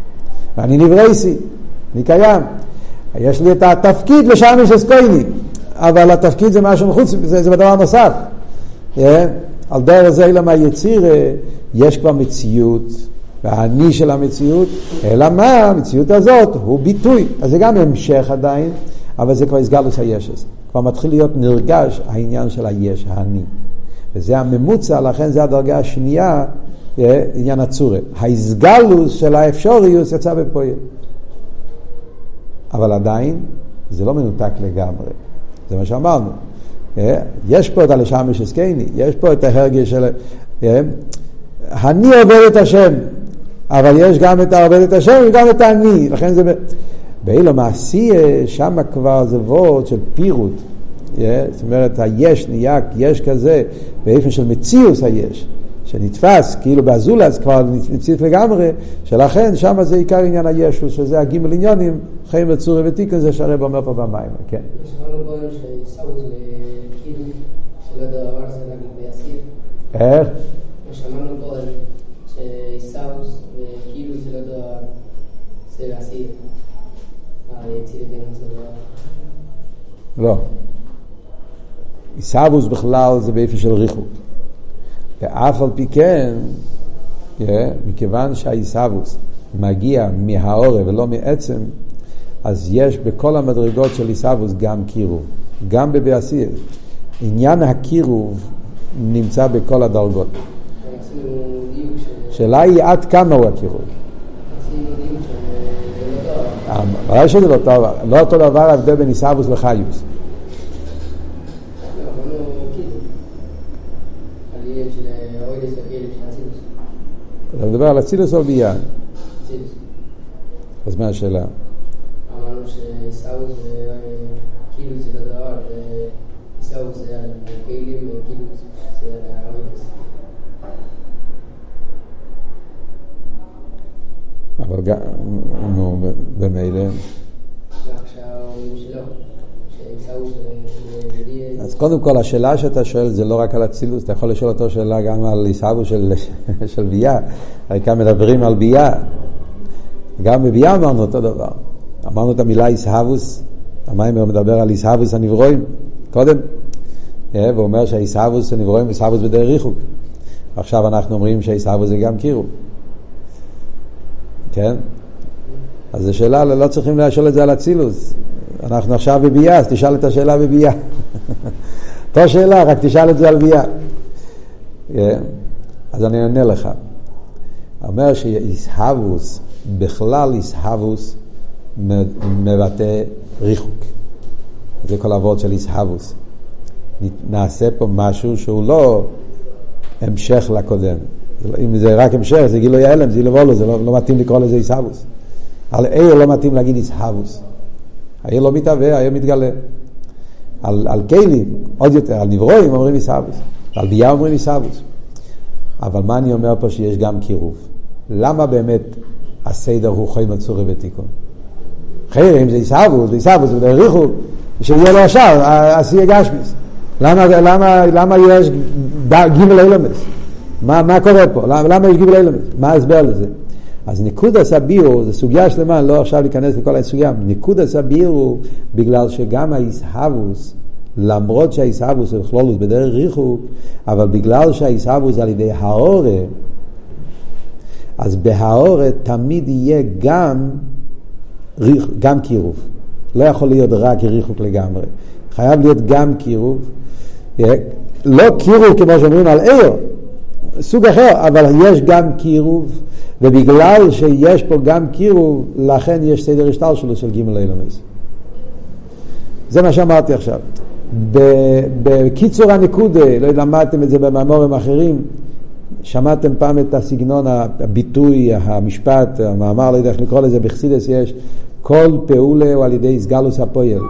ואני נברייסי, אני קיים. יש לי את התפקיד לשמש אסקויני. אבל התפקיד זה משהו מחוץ, זה, זה בדבר נוסף. Yeah. על דרך זה אלא מהיציר יש כבר מציאות, והאני של המציאות, אלא מה? המציאות הזאת הוא ביטוי. אז זה גם המשך עדיין, אבל זה כבר הסגלוס הישס. כבר מתחיל להיות נרגש העניין של היש, האני. וזה הממוצע, לכן זה הדרגה השנייה, עניין הצורה. ההסגלוס של האפשריוס יצא בפועל. אבל עדיין זה לא מנותק לגמרי. זה מה שאמרנו. יש פה את הלשמש הסקייני, יש פה את ההרגש של... אני עובד את השם, אבל יש גם את העובד את השם וגם את אני. לכן זה... באילו מעשי, שם כבר זה וורד של פירוט. זאת אומרת, היש נהיה, יש כזה, באופן של מציאוס היש, שנתפס, כאילו באזולס כבר נציף לגמרי, שלכן שם זה עיקר עניין הישו, שזה הגימל עניונים, חיים וצורי ותיקן, זה שהרב אומר פה במים, כן. שמענו בו שיסאוס כאילו, שלא דבר זה להגיד ביסיר. איך? שמענו בו שיסאוס כאילו שלא דבר זה להסיר. היציר בין זה דבר. לא. איסאבוס בכלל זה באיפה של ריחוק. ואף על פי כן, yeah, מכיוון שהאיסאבוס מגיע מהאורה ולא מעצם, אז יש בכל המדרגות של איסאבוס גם קירוב. גם בבאסיר. עניין הקירוב נמצא בכל הדרגות. שאלה היא עד כמה הוא הקירוב. הרי שזה לא טוב. לא אותו דבר ההבדל בין איסאבוס לחיוס. אתה מדבר על אצילוס או בייה? אצילוס. אז מה השאלה? אמרנו שאיסאוס זה כאילו זה לדבר, ואיסאוס זה על הכלים, כאילו זה על האוידס. אבל גם, נו, במילא. כשהאורים שלו, שאיסאוס זה... אז קודם כל, השאלה שאתה שואל זה לא רק על אצילוס, אתה יכול לשאול אותו שאלה גם על איסאבוס של, של בייה. הרי כאן מדברים על בייה. גם בבייה אמרנו אותו דבר. אמרנו את המילה איסאבוס, המיימר מדבר על איסאבוס הנברואים, קודם. והוא אומר שהאיסאבוס הנברואים איסאבוס בדרך ריחוק. עכשיו אנחנו אומרים שהאיסאבוס זה גם קירוב. כן? אז זו שאלה, לא צריכים לשאול את זה על אצילוס. אנחנו עכשיו בבייה, אז תשאל את השאלה בבייה. אותו שאלה, רק תשאל את זה על בייה. אז אני אענה לך. אומר שאיסהבוס, בכלל איסהבוס מבטא ריחוק. זה כל העבוד של איסהבוס. נעשה פה משהו שהוא לא המשך לקודם. אם זה רק המשך, זה גילוי ההלם, זה לבוא לו, זה לא, לא מתאים לקרוא לזה איסהבוס. על איר לא מתאים להגיד איסהבוס. העיר לא מתהווה, העיר מתגלה. על, על קיילים, עוד יותר, על נברואים אומרים איסהבוס. על בייה אומרים איסהבוס. אבל מה אני אומר פה שיש גם קירוב? למה באמת הסדר הוא חיים הצורי ותיקון? חייר, אם זה איסהבוס, זה איסהבוס, זה דריחו, שיהיה לו השאר, עשייה גשמיס. למה, למה, למה יש גימל אילמס? מה, מה קורה פה? למה, למה יש גימל אילמס? מה ההסבר לזה? אז ניקוד הסביר, זו סוגיה שלמה, לא עכשיו להיכנס לכל הסוגיה, ניקוד הסביר הוא בגלל שגם האיסהבוס, למרות שהאיסהבוס הוא בכלולוס בדרך ריחוק, אבל בגלל שהאיסהבוס על ידי האורה, אז בהאורה תמיד יהיה גם, גם קירוב. לא יכול להיות רק ריחוק לגמרי. חייב להיות גם קירוב. לא קירוב כמו שאומרים על עיר, סוג אחר, אבל יש גם קירוב, ובגלל שיש פה גם קירוב, לכן יש סדר השטל שלו של גימל אילמס. זה מה שאמרתי עכשיו. בקיצור הנקודה, לא למדתם את זה במאמרים אחרים, שמעתם פעם את הסגנון, הביטוי, המשפט, המאמר, לא יודע איך לקרוא לזה, בחסידס יש, כל פעולה הוא על ידי סגלוס הפועל.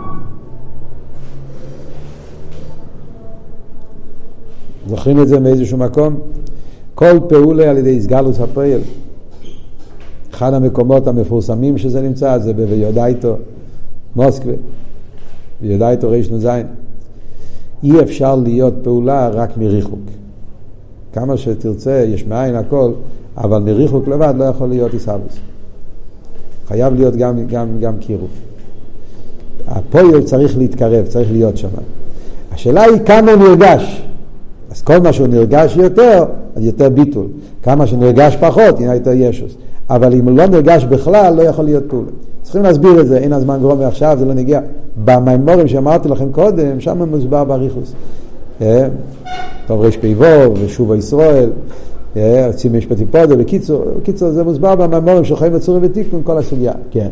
זוכרים את זה מאיזשהו מקום? כל פעולה על ידי סגלוס הפועל. אחד המקומות המפורסמים שזה נמצא, זה ביודאיתו, מוסקבה. ביודאיתו ריש נוזיין. אי אפשר להיות פעולה רק מריחוק. כמה שתרצה, יש מאין הכל, אבל מריחוק לבד לא יכול להיות איסהבוס. חייב להיות גם, גם, גם קירוב. הפועל צריך להתקרב, צריך להיות שם. השאלה היא כמה הוא נרגש. אז כל מה שהוא נרגש יותר, אז יותר ביטול. כמה שנרגש פחות, יהיה יותר ישוס. אבל אם הוא לא נרגש בכלל, לא יכול להיות פעולה. צריכים להסביר את זה, אין הזמן גרום מעכשיו, זה לא נגיע. במימורים שאמרתי לכם קודם, שם מוסבר באריכוס. טוב רש פיבו ושוב ישראל, עושים משפטי פודה, בקיצור, בקיצור זה מוסבר במימורים שחיים בצורים ותיקון, כל הסוגיה. כן.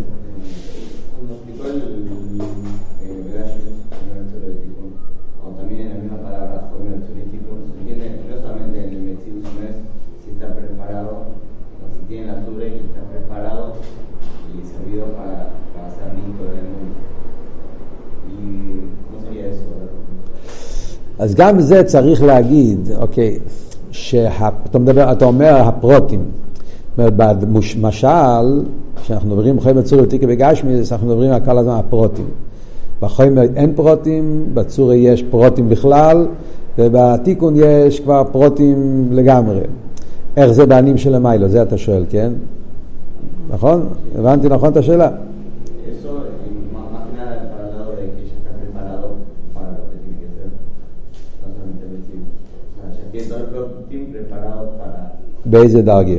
אז גם זה צריך להגיד, אוקיי, שאתה מדבר, אתה אומר הפרוטים, זאת אומרת, במשל, כשאנחנו מדברים בחיים בצורי ותיקה בגשמיס, אנחנו מדברים על כל הזמן הפרוטים. בחיים אין פרוטים, בצורי יש פרוטים בכלל, ובתיקון יש כבר פרוטים לגמרי. איך זה בענים של המיילו? זה אתה שואל, כן? נכון? הבנתי נכון את השאלה? באיזה דרגים?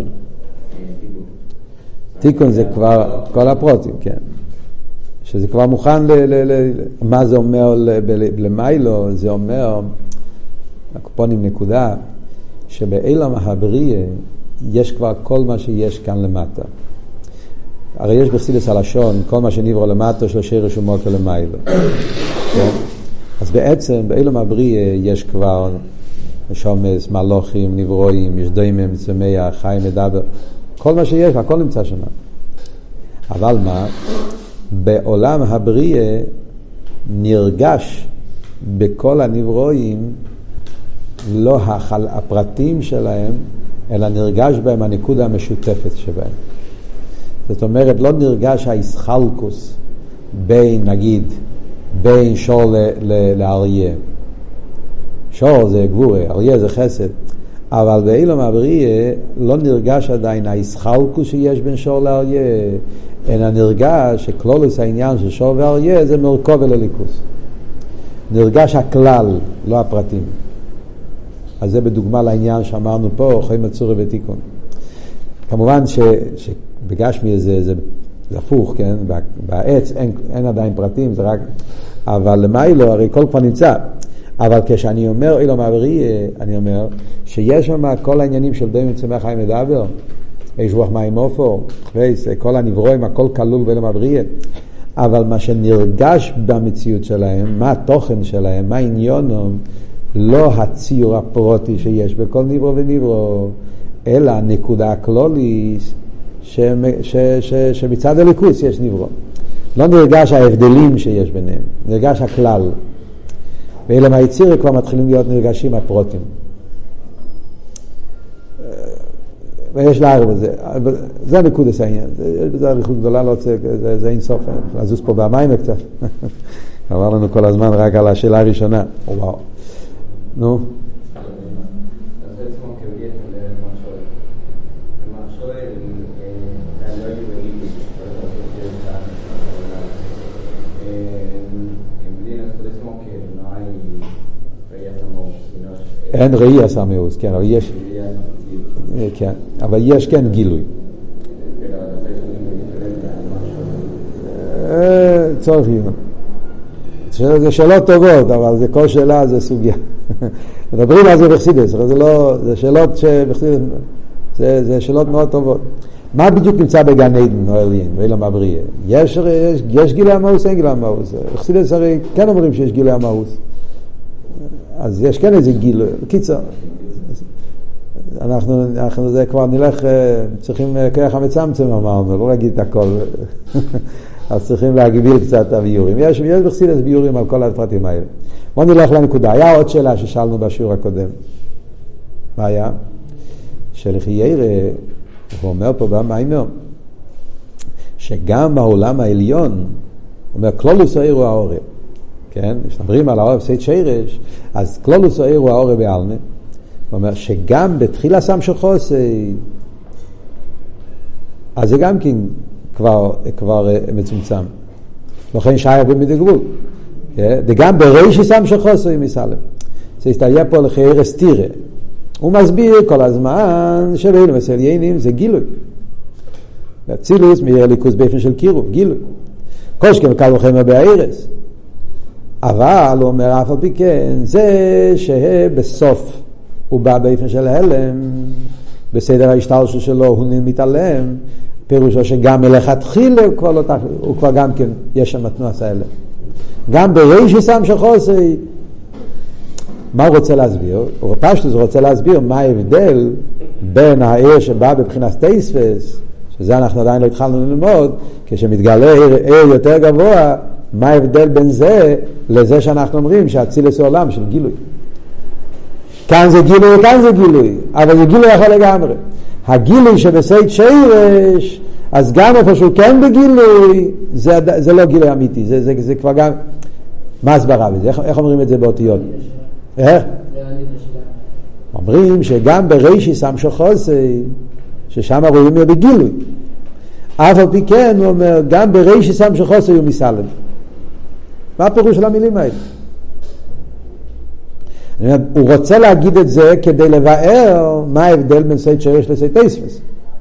תיקון זה כבר כל הפרוטים, כן. שזה כבר מוכן ל... ל, ל מה זה אומר למיילו? זה אומר, הקופונים נקודה, שבאילם הבריאה יש כבר כל מה שיש כאן למטה. הרי יש בחסידות הלשון, כל מה שנברא למטה של שרש ומוקר למיילו. כן? אז בעצם באילם הבריאה יש כבר שומס, מלוכים, נברואים, יש דוימם, צמח, חיים, מדבר, כל מה שיש, הכל נמצא שם. אבל מה? בעולם הבריאה נרגש בכל הנברואים לא החל, הפרטים שלהם, אלא נרגש בהם הנקודה המשותפת שבהם. זאת אומרת, לא נרגש הישחלקוס בין, נגיד, בין שור ל, ל, לאריה. שור זה גבורה, אריה זה חסד. אבל באילום הבריאה לא נרגש עדיין הישחלקוס שיש בין שור לאריה, אלא נרגש שכלולוס העניין של שור ואריה זה מרכוב ולליכוס. נרגש הכלל, לא הפרטים. אז זה בדוגמה לעניין שאמרנו פה, חיים הצורי ותיקון. כמובן ש, שבגשמי זה, זה, זה הפוך, כן? בעץ אין, אין עדיין פרטים, זה רק... אבל למיילו, הרי כל כבר נמצא. אבל כשאני אומר אילום הבריאה, אני אומר שיש שם כל העניינים של דוימם צמח חיים מדבר, יש רוח מים אופור, כל הנברואים, הכל כלול באילום הבריאה. אבל מה שנרגש במציאות שלהם, מה התוכן שלהם, מה העניונם, לא הציור הפרוטי שיש בכל נברו ונברו, אלא הנקודה הכלולית שמצד הליכוס יש נברו. לא נרגש ההבדלים שיש ביניהם, נרגש הכלל. ואלה מהיציר כבר מתחילים להיות נרגשים הפרוטים. ויש להערב את זה. זה נקודס העניין. יש בזה עריכות גדולה, לא רוצה, זה, זה אין סוף. לזוז פה במים קצת. עבר לנו כל הזמן רק על השאלה הראשונה. וואו. נו. אין ראי עשה מאוס, כן, אבל יש, כן, אבל יש כן גילוי. צורך יום. זה שאלות טובות, אבל זה כל שאלה, זה סוגיה. מדברים על זה בחסידות, זה לא, זה שאלות שבחסידות, זה, זה שאלות מאוד טובות. מה בדיוק נמצא בגן עדן, אוהלים, ואילם הבריאה? יש, יש, יש גילי המאוס, אין גילי המאוס. בחסידות הרי כן אומרים שיש גילי המאוס. אז יש כן איזה גיל, קיצר. אנחנו, אנחנו זה כבר נלך, צריכים כוח המצמצם אמרנו, לא להגיד את הכל. אז צריכים להגביל קצת הביורים. יש, יש בחסידות ביורים על כל הפרטים האלה. בוא נלך לנקודה. היה עוד שאלה ששאלנו בשיעור הקודם. מה היה? שלחיירה, הוא אומר פה במיימר, שגם בעולם העליון, הוא אומר, כלולוס העיר הוא העורב. כן? כשנדברים על העורב סייד שרש, אז כלולוס העיר הוא העורב בעלמה. הוא אומר שגם בתחילה סם של חוסי, אז זה גם כן כבר, כבר מצומצם. לכן שייך במידי גבול. וגם ברישיס המשך חוסר עם מסלם. זה הסתייע פה לחייר סתירה. הוא מסביר כל הזמן שבאילו מסליינים זה גילוי. והצילוס מאיר הליכוס באופן של קירוב, גילוי. כל שכם קל וחמר באירס. אבל הוא אומר אף על פי כן, זה שבסוף הוא בא באופן של הלם, בסדר ההשתלשלות שלו הוא מתעלם, פירושו שגם מלכתחילה הוא כבר לא תחליט, הוא כבר גם כן, יש שם תנועת ההלם. גם ברישיס המשך חוסר, מה הוא רוצה להסביר? הוא פשטוס רוצה להסביר מה ההבדל בין העיר שבא בבחינת תייספס, שזה אנחנו עדיין לא התחלנו ללמוד, כשמתגלה עיר, עיר יותר גבוה, מה ההבדל בין זה לזה שאנחנו אומרים שהצילס הוא עולם של גילוי. כאן זה גילוי וכאן זה גילוי, אבל זה גילוי אחר לגמרי. הגילוי שבסייט שירש, אז גם איפה שהוא כן בגילוי, זה, זה לא גילוי אמיתי, זה, זה, זה כבר גם, מה הסברה בזה? איך, איך אומרים את זה באותיות? איך? אומרים שגם ברישיס המשך חוסר, ששם רואים בגילוי. אף על פי כן, הוא אומר, גם ברישיס המשך חוסר הוא מסלם. מה הפירוש של המילים האלה? הוא רוצה להגיד את זה כדי לבאר מה ההבדל בין סייט שירש לסייט תייספס.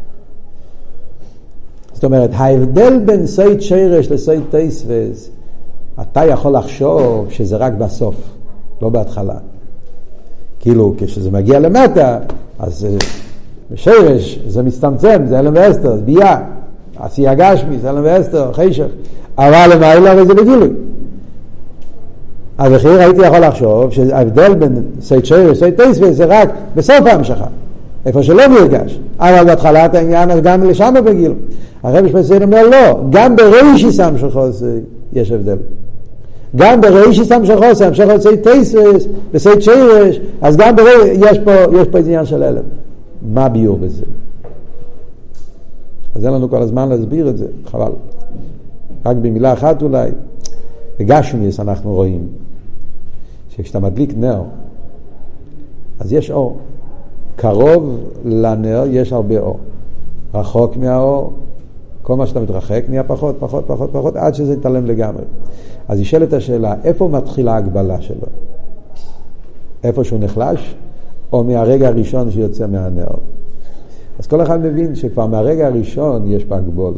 זאת אומרת, ההבדל בין סייט שירש לסייט תייספס, אתה יכול לחשוב שזה רק בסוף, לא בהתחלה. כאילו, כשזה מגיע למטה, אז בשירש זה מצטמצם, זה אלם ואסתר, זה בייה, עשייה גשמי, זה אלם ואסתר, חישך. אבל למעלה וזה בגילוי. אז אחרי הייתי יכול לחשוב שההבדל בין סייט שירש וסייט תייספס זה רק בסוף ההמשכה, איפה שלא נרגש. אבל בהתחלת העניין, אז גם לשם בגילוי. הרב שפסיר אומר לא, גם ברישיס המשך חוסר יש הבדל. גם ברישיס המשך חוסר, המשך חוסר סייט תייספס וסייט שירש, אז גם ברישיס יש פה, יש פה עניין של אלם. מה ביור בזה? אז אין לנו כל הזמן להסביר את זה, חבל. רק במילה אחת אולי, בגשמיס אנחנו רואים, שכשאתה מדליק נר, אז יש אור. קרוב לנר יש הרבה אור. רחוק מהאור, כל מה שאתה מתרחק נהיה פחות, פחות, פחות, פחות, עד שזה יתעלם לגמרי. אז ישאלת השאלה, איפה מתחילה ההגבלה שלו? איפה שהוא נחלש? או מהרגע הראשון שיוצא מהנר? אז כל אחד מבין שכבר מהרגע הראשון יש פה הגבולה.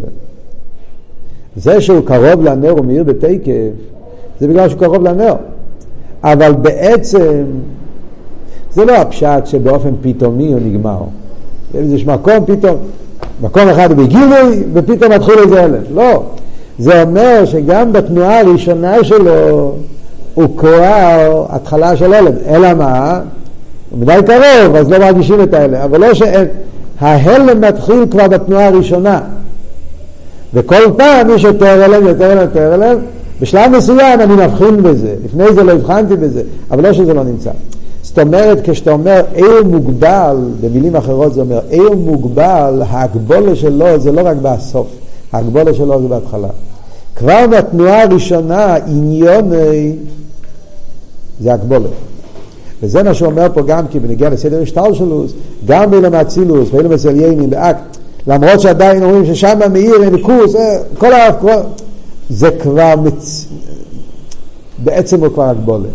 זה שהוא קרוב לנר ומאיר בתקף, זה בגלל שהוא קרוב לנר. אבל בעצם, זה לא הפשט שבאופן פתאומי הוא נגמר. יש מקום פתאום, מקום אחד הוא בגילוי, ופתאום מתחיל איזה הלם. לא. זה אומר שגם בתנועה הראשונה שלו, הוא קורא התחלה של הלם. אלא מה? הוא מדי קרוב, אז לא מרגישים את ההלם. אבל לא שאין, ההלם מתחיל כבר בתנועה הראשונה. וכל פעם יש יותר הלם, יותר הלם, יותר הלם. בשלב מסוים אני מבחין בזה. לפני זה לא הבחנתי בזה, אבל לא שזה לא נמצא. זאת אומרת, כשאתה אומר איר מוגבל, במילים אחרות זה אומר, איר מוגבל, ההגבולה שלו זה לא רק בסוף, ההגבולה שלו זה בהתחלה. כבר בתנועה הראשונה, עניוני, זה הגבולה. וזה מה שהוא אומר פה גם כי בנגיע לסדר השתלשלות, גם באילם האצילוס, באילם הסליינים, באקט, למרות שעדיין אומרים ששם מאיר, אין קורס, כל הרב, זה כבר, מצ... בעצם הוא כבר הגבולה.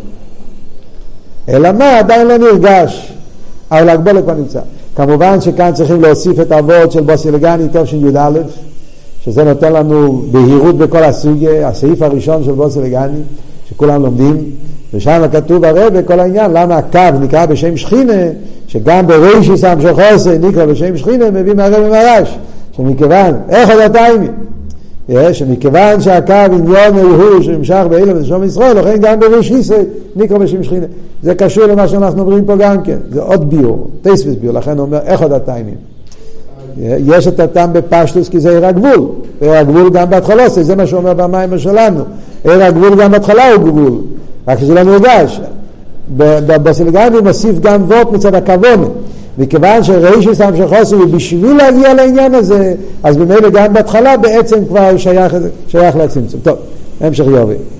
אלא מה? עדיין לא נרגש, אבל הגבולה כבר נמצא. כמובן שכאן צריכים להוסיף את העבוד של בוסי לגני, טוב של י' א', שזה נותן לנו בהירות בכל הסוגיה, הסעיף הראשון של בוסי לגני, שכולם לומדים, ושם כתוב הרי בכל העניין, למה הקו נקרא בשם שכינה, שגם ברישיס המשך חוסר נקרא בשם שכינה, מביא מהרב ומהרש, שמכיוון, איך עוד התאימים? שמכיוון שהקו עניון הוא שנמשך באילם ושום ישראל, לכן גם ברישיס נקרא בשם שכינה. זה קשור למה שאנחנו אומרים פה גם כן, זה עוד ביור, תייספס ביור, לכן הוא אומר, איך עוד התאימים? יש את הטעם בפשטוס כי זה עיר הגבול, עיר הגבול גם בהתחלה, זה מה שהוא אומר במים שלנו, עיר הגבול גם בהתחלה הוא גבול, רק שזה לא נרגש. בסילגני מוסיף גם וורט מצד הכוונה, מכיוון שרישיס המשך חוסר הוא בשביל להגיע לעניין הזה, אז במילא גם בהתחלה בעצם כבר שייך, שייך לצמצום. טוב, המשך יובי.